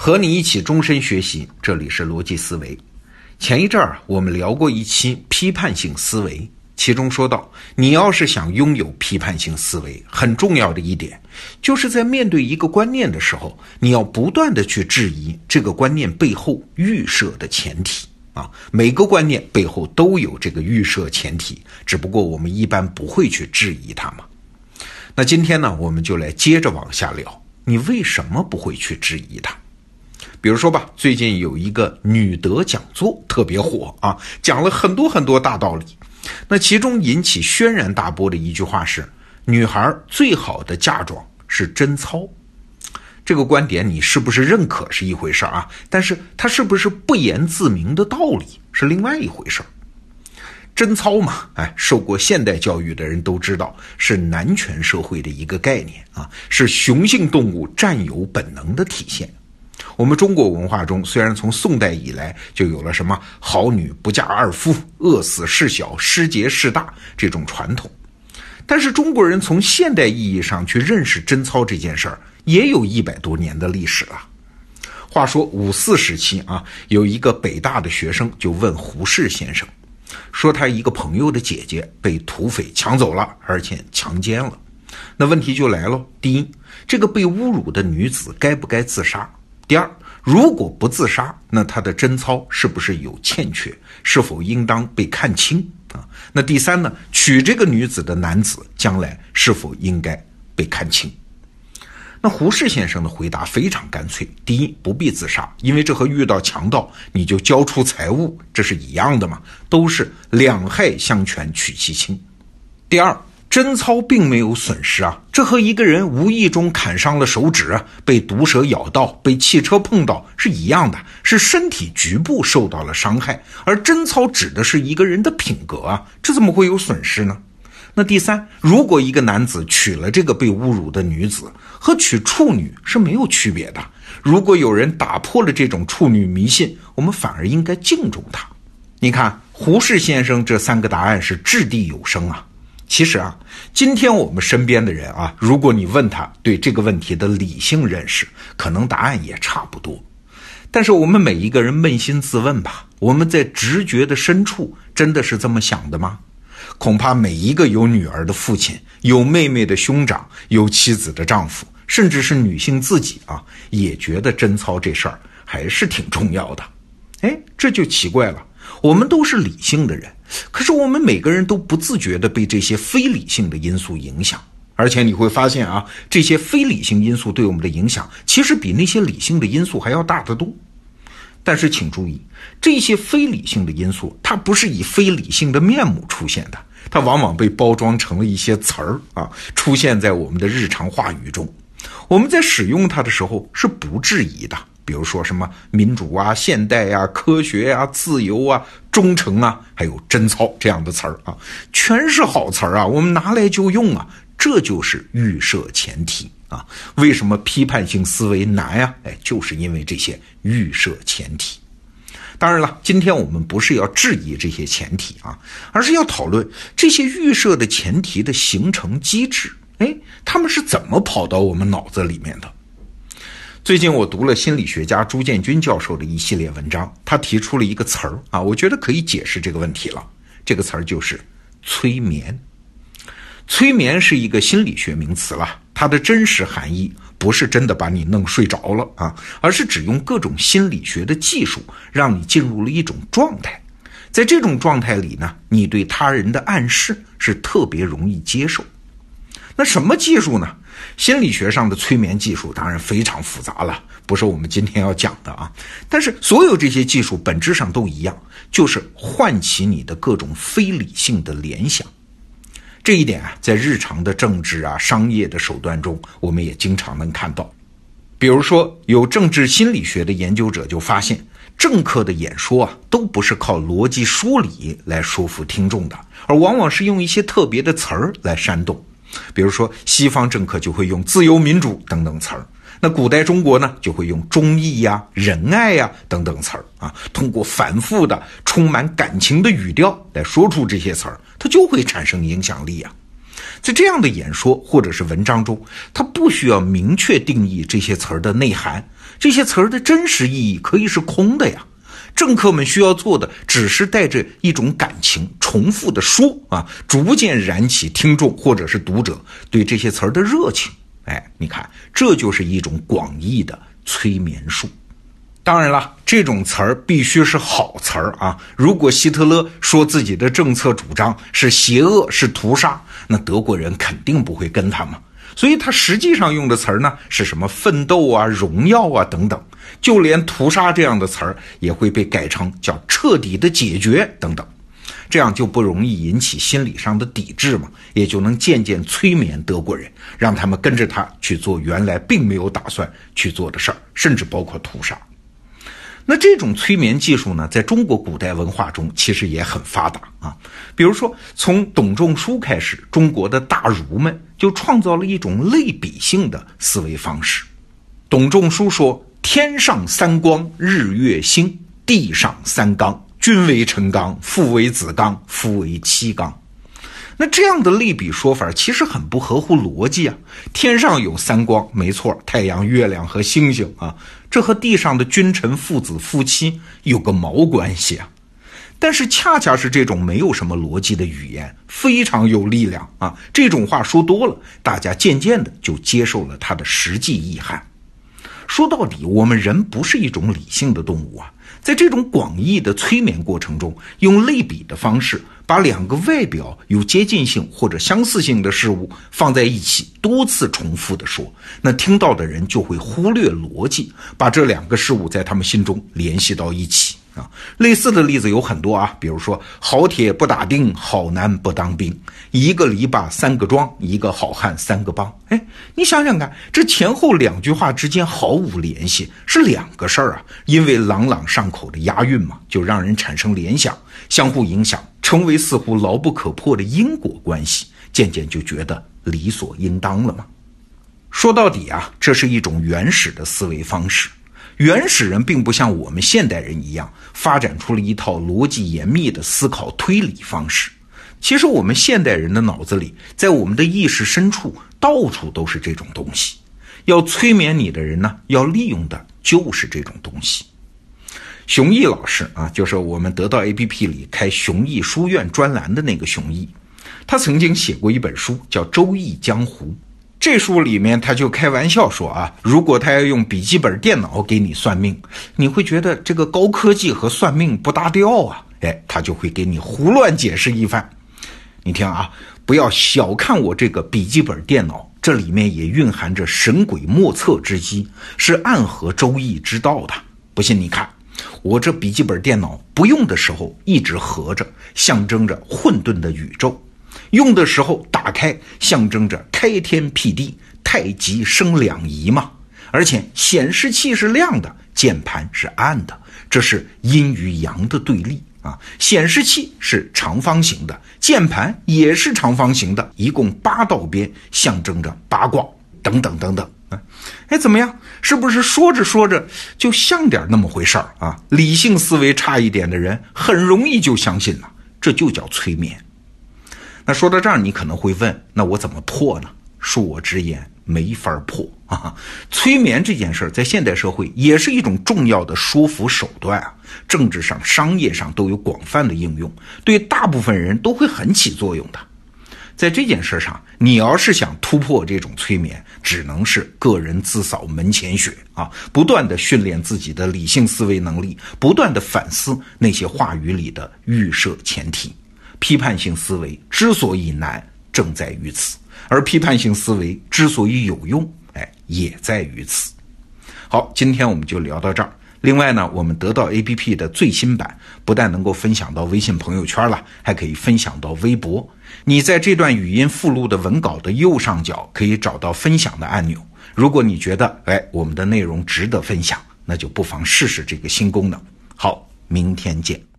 和你一起终身学习，这里是逻辑思维。前一阵儿我们聊过一期批判性思维，其中说到，你要是想拥有批判性思维，很重要的一点，就是在面对一个观念的时候，你要不断的去质疑这个观念背后预设的前提啊。每个观念背后都有这个预设前提，只不过我们一般不会去质疑它嘛。那今天呢，我们就来接着往下聊，你为什么不会去质疑它？比如说吧，最近有一个女德讲座特别火啊，讲了很多大道理。那其中引起轩然大波的一句话是，女孩最好的嫁妆是贞操。这个观点你是不是认可是一回事啊，但是它是不是不言自明的道理是另外一回事。贞操嘛，受过现代教育的人都知道，是男权社会的一个概念啊，是雄性动物占有本能的体现。我们中国文化中虽然从宋代以来就有了什么好女不嫁二夫、饿死事小、失节事大这种传统，但是中国人从现代意义上去认识贞操这件事儿，也有100多年的历史了。话说5·4时期啊，有一个北大的学生就问胡适先生，说他一个朋友的姐姐被土匪抢走了，而且强奸了。那问题就来了，第一，这个被侮辱的女子该不该自杀？第二，如果不自杀，那她的贞操是不是有欠缺，是否应当被看清啊？那第三呢，娶这个女子的男子将来是否应该被看清？那胡适先生的回答非常干脆，第一，不必自杀，因为这和遇到强盗你就交出财物，这是一样的嘛，都是两害相权取其轻。第二，贞操并没有损失啊，这和一个人无意中砍伤了手指，被毒蛇咬到，被汽车碰到是一样的，是身体局部受到了伤害，而贞操指的是一个人的品格啊，这怎么会有损失呢？那第三，如果一个男子娶了这个被侮辱的女子，和娶处女是没有区别的。如果有人打破了这种处女迷信，我们反而应该敬重他。你看，胡适先生这3个答案是掷地有声啊。其实啊，今天我们身边的人啊，如果你问他对这个问题的理性认识，可能答案也差不多。但是我们每一个人扪心自问吧，我们在直觉的深处真的是这么想的吗？恐怕每一个有女儿的父亲，有妹妹的兄长，有妻子的丈夫，甚至是女性自己啊，也觉得贞操这事儿还是挺重要的。这就奇怪了，我们都是理性的人，可是我们每个人都不自觉地被这些非理性的因素影响，而且你会发现啊，这些非理性因素对我们的影响其实比那些理性的因素还要大得多。但是请注意，这些非理性的因素它不是以非理性的面目出现的，它往往被包装成了一些词儿啊，出现在我们的日常话语中。我们在使用它的时候是不质疑的，比如说什么民主啊、现代啊、科学啊、自由啊、忠诚啊，还有贞操这样的词儿啊，全是好词儿啊，我们拿来就用啊，这就是预设前提啊。为什么批判性思维难呀？就是因为这些预设前提。当然了，今天我们不是要质疑这些前提啊，而是要讨论这些预设的前提的形成机制。他们是怎么跑到我们脑子里面的？最近我读了心理学家朱建军教授的一系列文章，他提出了一个词儿啊，我觉得可以解释这个问题了。这个词儿就是催眠。催眠是一个心理学名词了，它的真实含义不是真的把你弄睡着了啊，而是指用各种心理学的技术让你进入了一种状态。在这种状态里呢，你对他人的暗示是特别容易接受。那什么技术呢？心理学上的催眠技术当然非常复杂了，不是我们今天要讲的啊。但是所有这些技术本质上都一样，就是唤起你的各种非理性的联想。这一点啊，在日常的政治啊、商业的手段中，我们也经常能看到。比如说，有政治心理学的研究者就发现，政客的演说啊，都不是靠逻辑梳理来说服听众的，而往往是用一些特别的词儿来煽动。比如说，西方政客就会用自由民主等等词儿，那古代中国呢，就会用忠义呀、仁爱呀等等词儿啊，通过反复的充满感情的语调来说出这些词儿，它就会产生影响力啊。 在这样的演说或者是文章中，它不需要明确定义这些词儿的内涵，这些词儿的真实意义可以是空的呀。政客们需要做的只是带着一种感情重复的说逐渐燃起听众或者是读者对这些词儿的热情。你看，这就是一种广义的催眠术。当然了，这种词儿必须是好词儿啊！如果希特勒说自己的政策主张是邪恶、是屠杀，那德国人肯定不会跟他嘛。所以他实际上用的词儿呢，是什么奋斗啊、荣耀啊等等，就连屠杀这样的词儿也会被改成叫彻底的解决等等，这样就不容易引起心理上的抵制嘛，也就能渐渐催眠德国人，让他们跟着他去做原来并没有打算去做的事儿，甚至包括屠杀。那这种催眠技术呢，在中国古代文化中其实也很发达啊。比如说，从董仲舒开始，中国的大儒们就创造了一种类比性的思维方式。董仲舒说：“天上三光，日月星；地上三纲，君为臣纲，父为子纲，夫为妻纲。”那这样的类比说法其实很不合乎逻辑啊！天上有三光，没错，太阳、月亮和星星啊，这和地上的君臣、父子、夫妻有个毛关系啊！但是恰恰是这种没有什么逻辑的语言非常有力量啊！这种话说多了，大家渐渐的就接受了它的实际意涵。说到底，我们人不是一种理性的动物啊！在这种广义的催眠过程中，用类比的方式把两个外表有接近性或者相似性的事物放在一起，多次重复的说，那听到的人就会忽略逻辑，把这两个事物在他们心中联系到一起啊。类似的例子有很多啊，比如说好铁不打钉，好男不当兵，一个篱笆三个桩，一个好汉三个帮。你想想看，这前后两句话之间毫无联系，是两个事儿啊，因为朗朗上口的押韵嘛，就让人产生联想，相互影响，成为似乎牢不可破的因果关系，渐渐就觉得理所应当了嘛。说到底啊，这是一种原始的思维方式。原始人并不像我们现代人一样发展出了一套逻辑严密的思考推理方式。其实我们现代人的脑子里，在我们的意识深处，到处都是这种东西。要催眠你的人呢，要利用的就是这种东西。熊毅老师啊，就是我们得到 APP 里开熊毅书院专栏的那个熊毅，他曾经写过一本书叫《周易江湖》。这书里面他就开玩笑说啊，如果他要用笔记本电脑给你算命，你会觉得这个高科技和算命不搭调啊，他就会给你胡乱解释一番。你听啊，不要小看我这个笔记本电脑，这里面也蕴含着神鬼莫测之机，是暗合周易之道的。不信你看，我这笔记本电脑不用的时候一直合着，象征着混沌的宇宙；用的时候打开，象征着开天辟地，太极生两仪嘛。而且显示器是亮的，键盘是暗的，这是阴与阳的对立啊。显示器是长方形的，键盘也是长方形的，一共8道边，象征着八卦等等等等。怎么样？是不是说着说着就像点那么回事儿啊？理性思维差一点的人很容易就相信了，这就叫催眠。那说到这儿，你可能会问，那我怎么破呢？恕我直言，没法破啊！催眠这件事在现代社会也是一种重要的说服手段啊，政治上、商业上都有广泛的应用，对大部分人都会很起作用的。在这件事上，你要是想突破这种催眠，只能是个人自扫门前雪啊，不断的训练自己的理性思维能力，不断的反思那些话语里的预设前提。批判性思维之所以难，正在于此，而批判性思维之所以有用，也在于此。好，今天我们就聊到这儿。另外呢，我们得到 APP 的最新版不但能够分享到微信朋友圈了，还可以分享到微博。你在这段语音附录的文稿的右上角可以找到分享的按钮。如果你觉得我们的内容值得分享，那就不妨试试这个新功能。好，明天见。